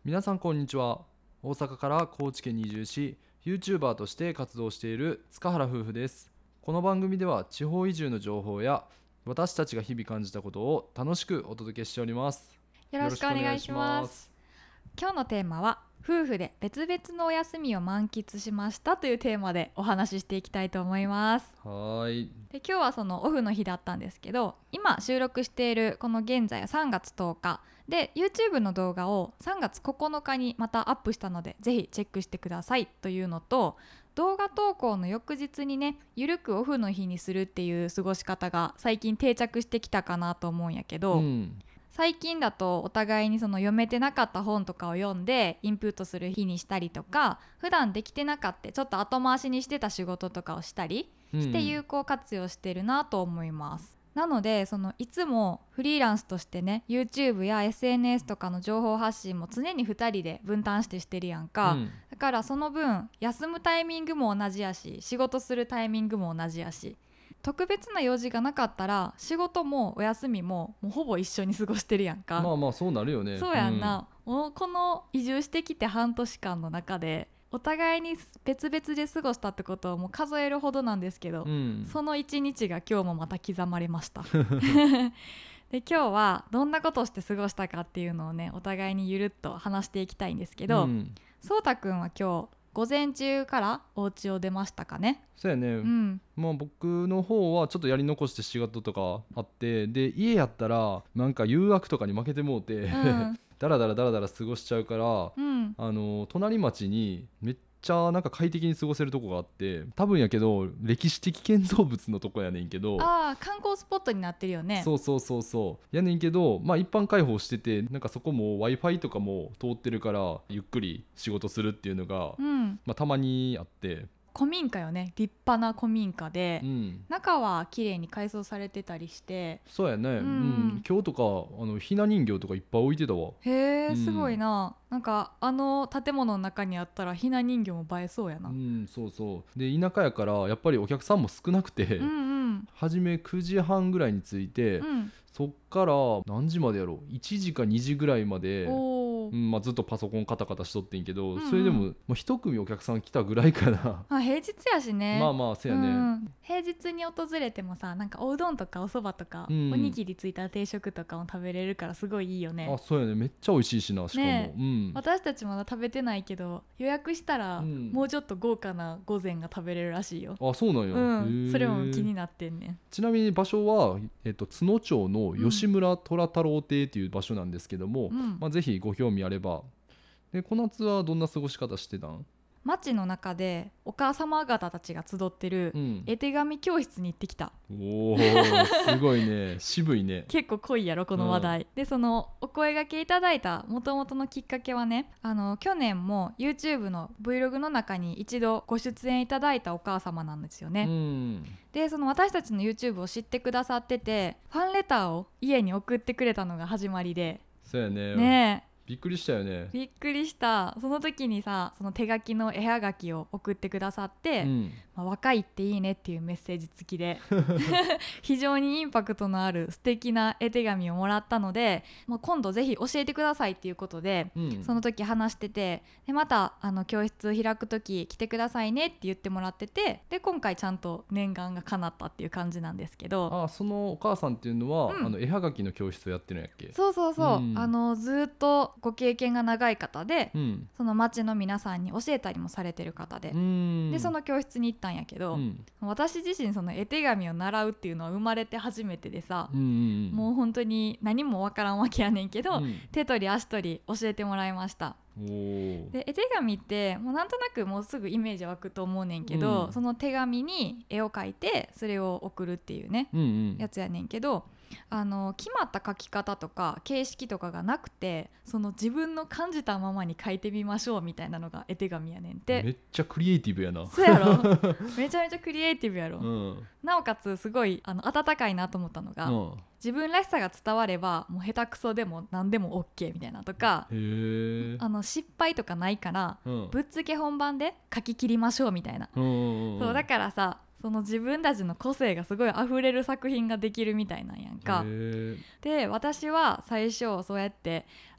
皆さんこんにちは。大阪から高知県に移住し YouTuber として活動している塚原夫婦です。この番組では地方移住の情報や私たちが日々感じたことを楽しくお届けしております。 よろしくお願いします。今日のテーマは夫婦で別々のお休みを満喫しましたというテーマでお話ししていきたいと思います。 はい。 で今日はそのオフの日だったんですけど、今収録しているこの現在は3月10日で YouTube の動画を3月9日にまたアップしたのでぜひチェックしてくださいというのと、動画投稿の翌日にねゆるくオフの日にするっていう過ごし方が最近定着してきたかなと思うんやけど、最近だとお互いにその読めてなかった本とかを読んでインプットする日にしたりとか、普段できてなかったちょっと後回しにしてた仕事とかをしたりして有効活用してるなと思います。なのでいつもフリーランスとしてね YouTube や SNS とかの情報発信も常に2人で分担してるやんか、だからその分休むタイミングも同じやし仕事するタイミングも同じやし、特別な用事がなかったら仕事もお休みももうほぼ一緒に過ごしてるやんか。 まあまあそうなるよね。 そうやんな、もうこの移住してきて半年間の中でお互いに別々で過ごしたってことをもう数えるほどなんですけど、その一日が今日もまた刻まれましたで今日はどんなことをして過ごしたかっていうのをねお互いにゆるっと話していきたいんですけど、そうたくんは今日午前中からお家を出ましたかね。 そうやね、まあ僕の方はちょっとやり残して仕事とかあって、で家やったらなんか誘惑とかに負けてもうて、だらだら過ごしちゃうから、隣町にめっちゃなんか快適に過ごせるとこがあって、多分やけど歴史的建造物のとこやねんけど、 観光スポットになってるよね。 そうやねんけど、まあ一般開放してて、なんかそこも Wi-Fi とかも通ってるからゆっくり仕事するっていうのが、まあたまにあって。 古民家よね、立派な古民家で、中は綺麗に改装されてたりして。 そうやね、今日とかひな人形とかいっぱい置いてたわ。 へえ、すごいな。なんか建物の中にあったらひな人形も映えそうやな。 そうで田舎やからやっぱりお客さんも少なくて、初め9時半ぐらいに着いて、そっから何時までやろう、1時か2時ぐらいまで、ずっとパソコンカタカタしとってんけど、それでも一組お客さん来たぐらいかな平日やしね。 まあまあそうやね、 平日に訪れてもさ、なんかおうどんとかおそばとか、おにぎりついた定食とかも食べれるからすごいいいよね。 そうやね、めっちゃ美味しいしな、しかも、 私たちまだ食べてないけど予約したら、もうちょっと豪華な御膳が食べれるらしいよ。 そうなんや、 それも気になってんねん。 ちなみに場所は、津野町の吉村虎太郎亭っていう場所なんですけども、ぜひご興味あれば。でこの夏はどんな過ごし方してたん？ 町の中でお母様方たちが集ってる絵手紙教室に行ってきた。 おーすごいね渋いね結構濃いやろこの話題、でそのお声掛けいただいた元々のきっかけはね、去年も YouTube の Vlog の中に一度ご出演いただいたお母様なんですよね。でその私たちの YouTube を知ってくださってて、ファンレターを家に送ってくれたのが始まりで。 そうやね。 ねえ、 びっくりしたよね。 びっくりした。その時にさ、その手書きの絵はがきを送ってくださって、若いっていいねっていうメッセージ付きで非常にインパクトのある素敵な絵手紙をもらったので、今度ぜひ教えてくださいっていうことで、その時話してて、でまた教室開く時来てくださいねって言ってもらってて、で今回ちゃんと念願が叶ったっていう感じなんですけど。 そのお母さんっていうのは、絵はがきの教室をやってるんやっけ？ そう、ずっとご経験が長い方で、その町の皆さんに教えたりもされてる方で、でその教室に行ったんやけど、私自身その絵手紙を習うっていうのは生まれて初めてでさ、もう本当に何もわからんわけやねんけど、手取り足取り教えてもらいました。で絵手紙ってもうなんとなくもうすぐイメージ湧くと思うねんけど、その手紙に絵を描いてそれを送るっていうね、やつやねんけど、決まった書き方とか形式とかがなくて、その自分の感じたままに書いてみましょうみたいなのが絵手紙やねんて。 めっちゃクリエイティブやな。 そうやろめちゃめちゃクリエイティブやろ、なおかつすごい温かいなと思ったのが、自分らしさが伝わればもう下手くそでも何でも OK みたいなとか、失敗とかないから、ぶっつけ本番で書き切りましょうみたいな、そうだからさ、その自分たちの個性がすごい溢れる作品ができるみたいなんやんか。で私は最初そうやって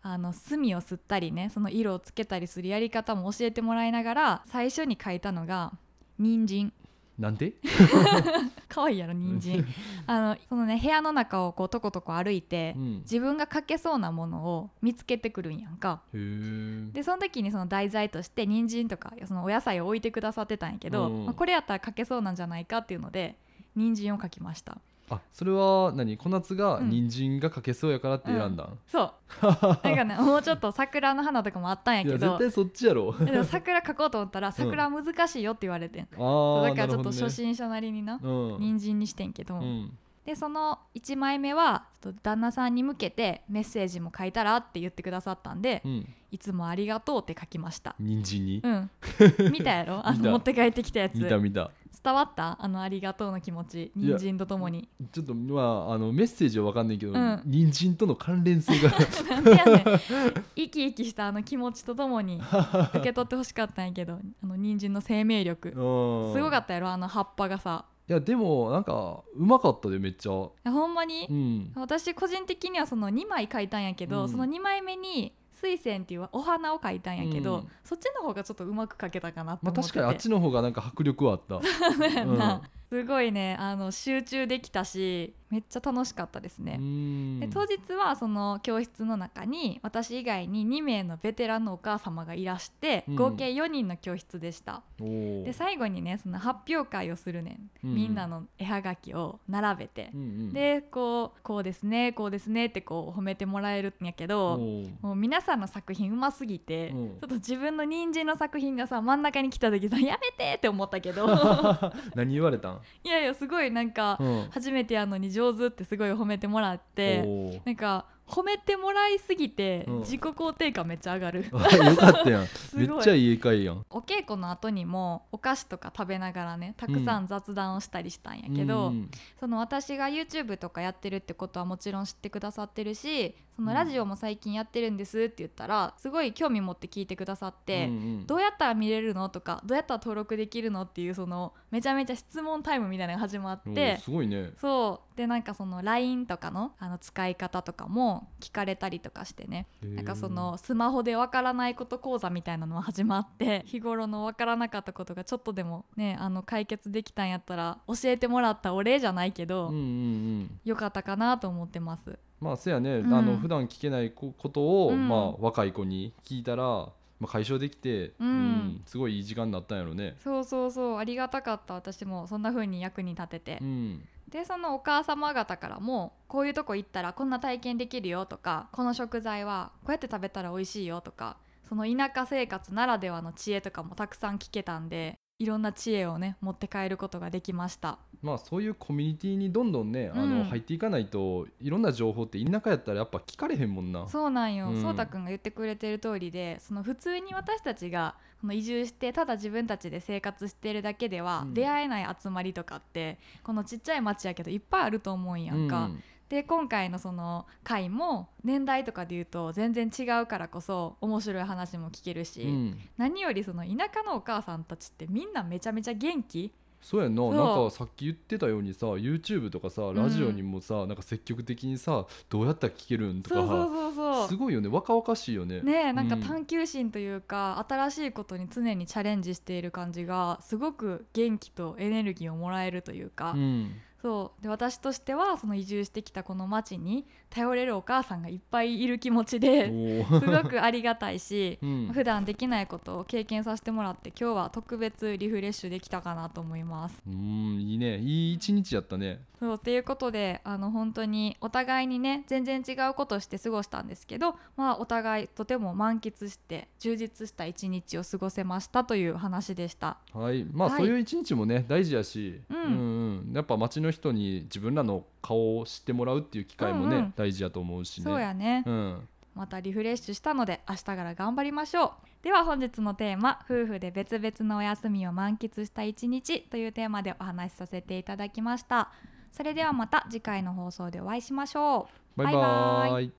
墨を吸ったりね、その色をつけたりするやり方も教えてもらいながら、最初に書いたのが人参。 なんで可愛いやろ人参そのね部屋の中をこうとことこ歩いて、自分が描けそうなものを見つけてくるんやんか。でその時にその題材として人参とかそのお野菜を置いてくださってたんやけど、これやったら描けそうなんじゃないかっていうので人参を描きました。 あ、それは何、小夏が人参が描けそうやからって選んだん？ そうなんかね、もうちょっと桜の花とかもあったんやけど、 いや絶対そっちやろでも桜描こうと思ったら桜は難しいよって言われてん、だからちょっと初心者なりにな、人参にしてんけど、でその1枚目はちょっと旦那さんに向けてメッセージも書いたらって言ってくださったんで、いつもありがとうって書きました。 人参に？ 見たやろ持って帰ってきたやつ。 見た伝わった？ありがとうの気持ち、人参とともに。 ちょっとメッセージは分かんないけど、人参との関連性がなんでやねん生き生きした気持ちとともに受け取ってほしかったんやけど人参の生命力すごかったやろ、葉っぱがさ。 いやでもなんかうまかったでめっちゃ。 ほんまに、私個人的にはその2枚描いたんやけど、その2枚目に水仙っていうお花を描いたんやけど、そっちの方がちょっとうまく描けたかなって思ってて、 確かにあっちの方がなんか迫力はあったすごいね集中できたしめっちゃ楽しかったですね。で当日はその教室の中に私以外に2名のベテランのお母様がいらして、合計4人の教室でした。で最後にねその発表会をするねん、みんなの絵はがきを並べて、でこうですねってこう褒めてもらえるんやけど、もう皆さんの作品うますぎて、ちょっと自分の人参の作品がさ真ん中に来た時さやめてって思ったけど何言われたん？ いやいやすごいなんか、初めてやのに上手ってすごい褒めてもらって、なんか褒めてもらいすぎて自己肯定感めっちゃ上がるよかったやんめっちゃいい絵描いやん。 お稽古の後にもお菓子とか食べながらねたくさん雑談をしたりしたんやけど、その私が YouTube とかやってるってことはもちろん知ってくださってるし、そのラジオも最近やってるんですって言ったらすごい興味持って聞いてくださって、どうやったら見れるのとかどうやったら登録できるのっていうそのめちゃめちゃ質問タイムみたいなのが始まって、 すごいね。 そうでなんかその LINE とかの使い方とかも聞かれたりとかしてね、なんかそのスマホでわからないこと講座みたいなのも始まって、日頃のわからなかったことがちょっとでもね解決できたんやったら教えてもらったお礼じゃないけど、よかったかなと思ってます。 まあせやね、普段聞けないことを、若い子に聞いたら、解消できて、すごいいい時間になったんやろね。 そうありがたかった。私もそんな風に役に立てて、でそのお母様方からもこういうとこ行ったらこんな体験できるよとか、この食材はこうやって食べたら美味しいよとか、その田舎生活ならではの知恵とかもたくさん聞けたんで、いろんな知恵をね持って帰ることができました。 そういうコミュニティにどんどんね、入っていかないといろんな情報って田舎やったらやっぱ聞かれへんもんな。 そうなんよ、そうたくんが言ってくれてる通りで、その普通に私たちが移住してただ自分たちで生活してるだけでは出会えない集まりとかってこのちっちゃい町やけどいっぱいあると思うんやんか、で今回のその会も年代とかで言うと全然違うからこそ面白い話も聞けるし、何よりその田舎のお母さんたちってみんなめちゃめちゃ元気。 そうやんな。なんかさっき言ってたようにさ YouTube とかさラジオにもさ、なんか積極的にさどうやったら聞けるんとかすごいよね。若々しいよね。 なんか探求心というか、新しいことに常にチャレンジしている感じがすごく元気とエネルギーをもらえるというか、そうで私としてはその移住してきたこの町に頼れるお母さんがいっぱいいる気持ちですごくありがたいし、普段できないことを経験させてもらって今日は特別リフレッシュできたかなと思います。 いいね、いい一日やったね。 そうっていうことで本当にお互いにね全然違うことをして過ごしたんですけど、お互いとても満喫して充実した一日を過ごせましたという話でした。 はい、そういう一日もね大事やし、やっぱ町の人に自分らの顔を知ってもらうっていう機会もね、大事やと思うしね。 そうやね、またリフレッシュしたので明日から頑張りましょう。では本日のテーマ、夫婦で別々のお休みを満喫した一日というテーマでお話しさせていただきました。それではまた次回の放送でお会いしましょう。 バイバイ。